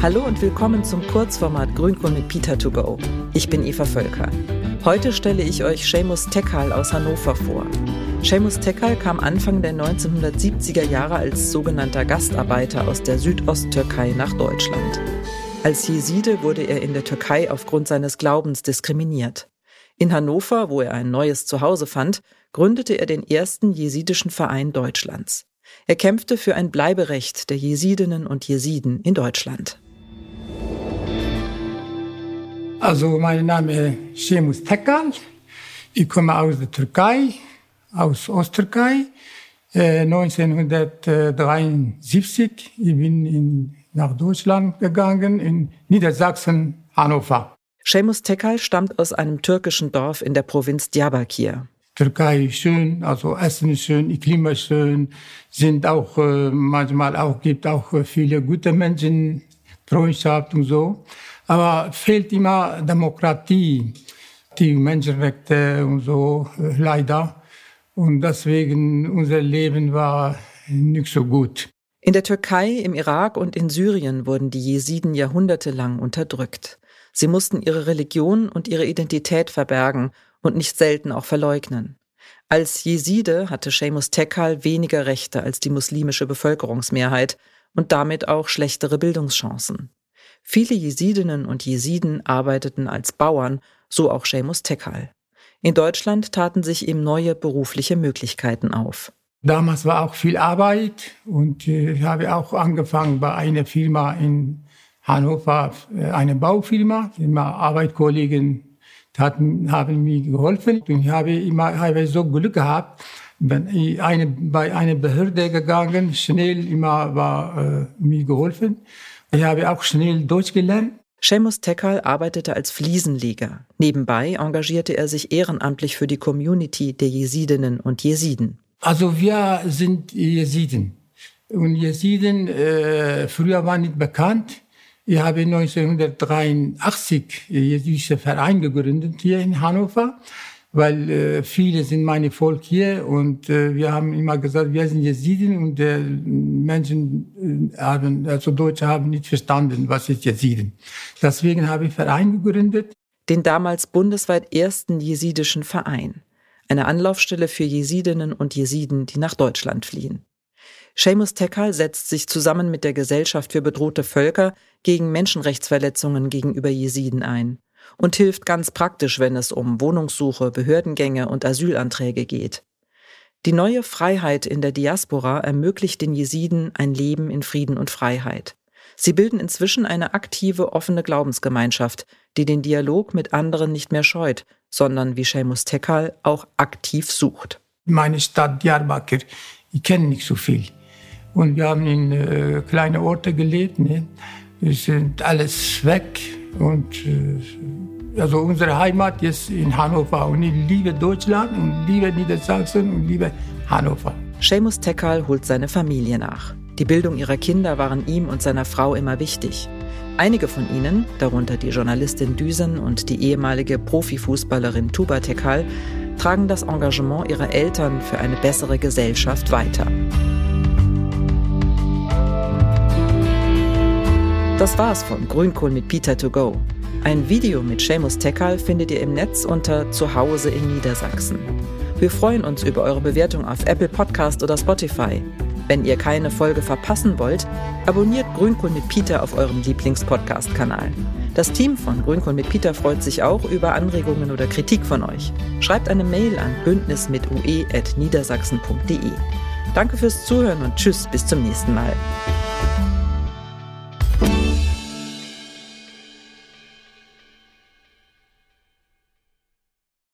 Hallo und willkommen zum Kurzformat Grünkohl mit Peter to go. Ich bin Eva Völker. Heute stelle ich euch Seamus Tekal aus Hannover vor. Seamus Tekal kam Anfang der 1970er Jahre als sogenannter Gastarbeiter aus der Südosttürkei nach Deutschland. Als Jeside wurde er in der Türkei aufgrund seines Glaubens diskriminiert. In Hannover, wo er ein neues Zuhause fand, gründete er den ersten jesidischen Verein Deutschlands. Er kämpfte für ein Bleiberecht der Jesidinnen und Jesiden in Deutschland. Also mein Name ist Seamus Tekal. Ich komme aus der Türkei, aus Osttürkei. 1973 ich bin nach Deutschland gegangen, in Niedersachsen, Hannover. Seamus Tekal stammt aus einem türkischen Dorf in der Provinz Diyarbakir. Türkei ist schön, also Essen ist schön, Klima ist schön, sind auch manchmal auch gibt auch viele gute Menschen, Freundschaft und so. Aber fehlt immer Demokratie, die Menschenrechte und so, leider. Und deswegen unser Leben war nicht so gut. In der Türkei, im Irak und in Syrien wurden die Jesiden jahrhundertelang unterdrückt. Sie mussten ihre Religion und ihre Identität verbergen und nicht selten auch verleugnen. Als Jeside hatte Seamus Tekal weniger Rechte als die muslimische Bevölkerungsmehrheit und damit auch schlechtere Bildungschancen. Viele Jesidinnen und Jesiden arbeiteten als Bauern, so auch Seamus Tekal. In Deutschland taten sich ihm neue berufliche Möglichkeiten auf. Damals war auch viel Arbeit und ich habe auch angefangen bei einer Firma in Hannover, eine Baufirma. Immer Arbeitskollegen haben mir geholfen. Und ich habe so Glück gehabt, bin bei einer Behörde gegangen, schnell war mir geholfen. Ich habe auch schnell Deutsch gelernt. Seamus Tekal arbeitete als Fliesenleger. Nebenbei engagierte er sich ehrenamtlich für die Community der Jesidinnen und Jesiden. Also wir sind Jesiden. Und Jesiden früher waren nicht bekannt. Ich habe 1983 einen jesidischen Verein gegründet hier in Hannover, weil viele sind meine Volk hier und wir haben immer gesagt, wir sind Jesiden und Menschen Deutsche haben nicht verstanden, was ist Jesiden. Deswegen habe ich einen Verein gegründet. Den damals bundesweit ersten jesidischen Verein. Eine Anlaufstelle für Jesidinnen und Jesiden, die nach Deutschland fliehen. Seamus Tekal setzt sich zusammen mit der Gesellschaft für bedrohte Völker gegen Menschenrechtsverletzungen gegenüber Jesiden ein und hilft ganz praktisch, wenn es um Wohnungssuche, Behördengänge und Asylanträge geht. Die neue Freiheit in der Diaspora ermöglicht den Jesiden ein Leben in Frieden und Freiheit. Sie bilden inzwischen eine aktive, offene Glaubensgemeinschaft, die den Dialog mit anderen nicht mehr scheut, sondern, wie Seamus Tekal, auch aktiv sucht. Meine Stadt Diyarbakir, ich kenne nicht so viel. Und wir haben in kleinen Orten gelebt. Ne? Es sind alles weg. Und also unsere Heimat ist in Hannover. Und ich liebe Deutschland und liebe Niedersachsen und liebe Hannover. Seamus Tekal holt seine Familie nach. Die Bildung ihrer Kinder waren ihm und seiner Frau immer wichtig. Einige von ihnen, darunter die Journalistin Düsen und die ehemalige Profifußballerin Tuba Tekal, tragen das Engagement ihrer Eltern für eine bessere Gesellschaft weiter. Das war's von Grünkohl mit Peter to go. Ein Video mit Seamus Tekal findet ihr im Netz unter Zuhause in Niedersachsen. Wir freuen uns über eure Bewertung auf Apple Podcast oder Spotify. Wenn ihr keine Folge verpassen wollt, abonniert Grünkohl mit Peter auf eurem Lieblings-Podcast-Kanal. Das Team von Grünkohl mit Peter freut sich auch über Anregungen oder Kritik von euch. Schreibt eine Mail an bündnismitue@niedersachsen.de. Danke fürs Zuhören und tschüss, bis zum nächsten Mal.